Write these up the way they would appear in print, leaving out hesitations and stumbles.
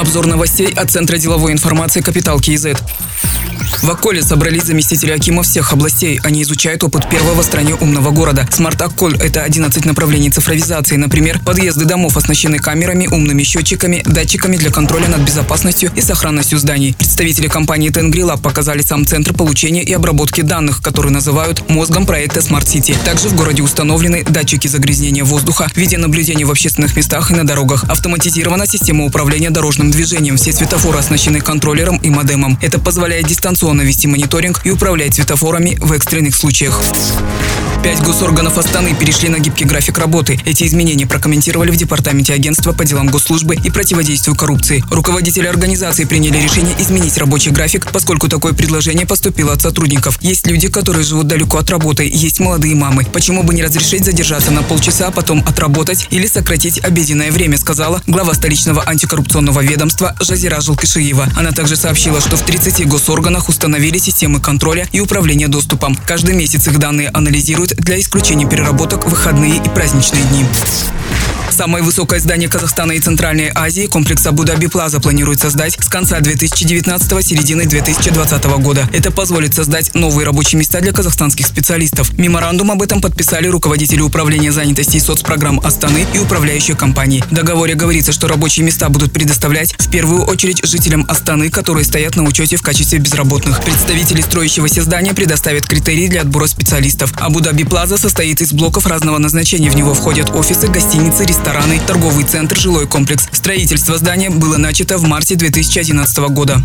Обзор новостей от Центра деловой информации «Капитал КИЗ». В Акколе собрались заместители акимов всех областей. Они изучают опыт первого в стране умного города. Смарт Акколь – это 11 направлений цифровизации. Например, подъезды домов оснащены камерами, умными счетчиками, датчиками для контроля над безопасностью и сохранностью зданий. Представители компании Тенгрилаб показали сам центр получения и обработки данных, который называют мозгом проекта Smart City. Также в городе установлены датчики загрязнения воздуха, видеонаблюдение в общественных местах и на дорогах. Автоматизирована система управления дорожным движением. Все светофоры оснащены контроллером и модемом. Это позволяет дистанционно вести мониторинг и управлять светофорами в экстренных случаях. 5 госорганов Астаны перешли на гибкий график работы. Эти изменения прокомментировали в Департаменте агентства по делам госслужбы и противодействию коррупции. Руководители организации приняли решение изменить рабочий график, поскольку такое предложение поступило от сотрудников. Есть люди, которые живут далеко от работы, есть молодые мамы. Почему бы не разрешить задержаться на полчаса, а потом отработать или сократить обеденное время, сказала глава столичного антикоррупционного ведомства Жазира Жылкышиева. Она также сообщила, что в 30 госорганах установили системы контроля и управления доступом. Каждый месяц их данные анализируют для исключения переработок в выходные и праздничные дни. Самое высокое здание Казахстана и Центральной Азии, комплекс Абу-Даби Плаза, планирует создать с конца 2019-го, середины 2020 года. Это позволит создать новые рабочие места для казахстанских специалистов. Меморандум об этом подписали руководители управления занятости и соцпрограмм Астаны и управляющие компании. В договоре говорится, что рабочие места будут предоставлять в первую очередь жителям Астаны, которые стоят на учете в качестве безработных. Представители строящегося здания предоставят критерии для отбора специалистов. Абу-Даби Плаза состоит из блоков разного назначения. В него входят офисы, гостиницы, рестораны, торговый центр, жилой комплекс. Строительство здания было начато в марте 2011 года.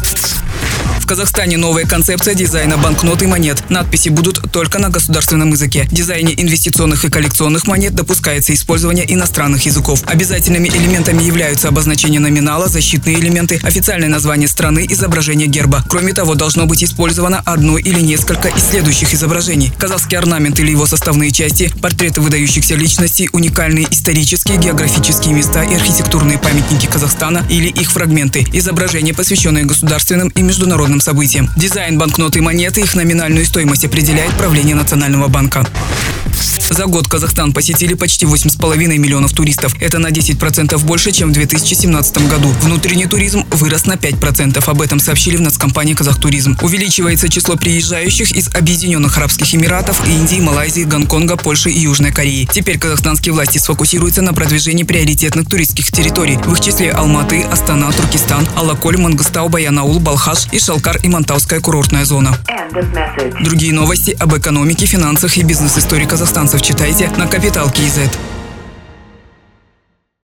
В Казахстане новая концепция дизайна банкнот и монет. Надписи будут только на государственном языке. В дизайне инвестиционных и коллекционных монет допускается использование иностранных языков. Обязательными элементами являются обозначение номинала, защитные элементы, официальное название страны, изображение герба. Кроме того, должно быть использовано одно или несколько из следующих изображений: казахский орнамент или его составные части, портреты выдающихся личностей, уникальные исторические, географические места и архитектурные памятники Казахстана или их фрагменты, изображения, посвященные государственным и международным событиям. Дизайн банкноты и монеты, их номинальную стоимость определяет правление Национального банка. За год Казахстан посетили почти 8,5 миллионов туристов. Это на 10% больше, чем в 2017 году. Внутренний туризм вырос на 5%. Об этом сообщили в нацкомпании «Казахтуризм». Увеличивается число приезжающих из Объединенных Арабских Эмиратов, Индии, Малайзии, Гонконга, Польши и Южной Кореи. Теперь казахстанские власти сфокусируются на продвижении приоритетных туристских территорий. В их числе Алматы, Астана, Туркестан, Алаколь, Мангыстау, Баянаул, Балхаш и Шалкар и Мантауская курортная зона. Другие новости об экономике, финансах и бизнес-истории казахстанцев читайте на Капитал КИЗ.